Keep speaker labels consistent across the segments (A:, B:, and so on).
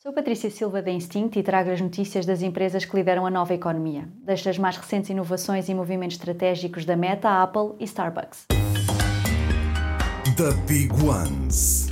A: Sou Patrícia Silva da Instinct e trago as notícias das empresas que lideram a nova economia, desde as mais recentes inovações e movimentos estratégicos da Meta, Apple e Starbucks.
B: The Big Ones.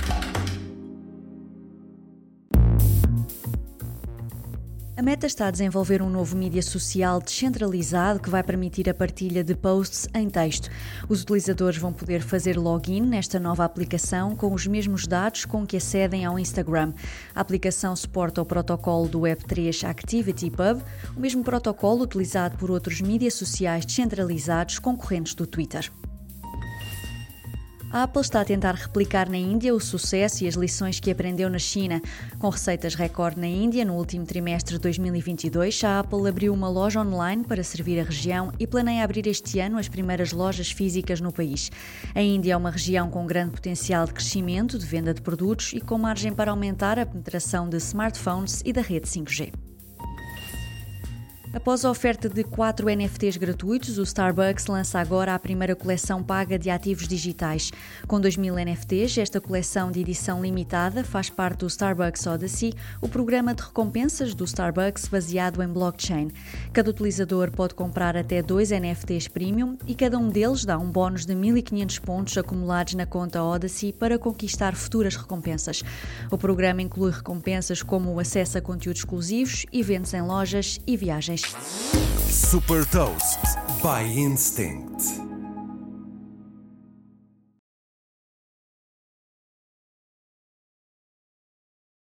A: A Meta está a desenvolver um novo mídia social descentralizado que vai permitir a partilha de posts em texto. Os utilizadores vão poder fazer login nesta nova aplicação com os mesmos dados com que acedem ao Instagram. A aplicação suporta o protocolo do Web3 ActivityPub, o mesmo protocolo utilizado por outros mídias sociais descentralizados concorrentes do Twitter. A Apple está a tentar replicar na Índia o sucesso e as lições que aprendeu na China. Com receitas recorde na Índia, no último trimestre de 2022, a Apple abriu uma loja online para servir a região e planeia abrir este ano as primeiras lojas físicas no país. A Índia é uma região com grande potencial de crescimento, de venda de produtos e com margem para aumentar a penetração de smartphones e da rede 5G. Após a oferta de 4 NFTs gratuitos, o Starbucks lança agora a primeira coleção paga de ativos digitais. Com 2.000 NFTs, esta coleção de edição limitada faz parte do Starbucks Odyssey, o programa de recompensas do Starbucks baseado em blockchain. Cada utilizador pode comprar até 2 NFTs Premium e cada um deles dá um bónus de 1.500 pontos acumulados na conta Odyssey para conquistar futuras recompensas. O programa inclui recompensas como o acesso a conteúdos exclusivos, eventos em lojas e viagens.
B: Super Toast by Instinct.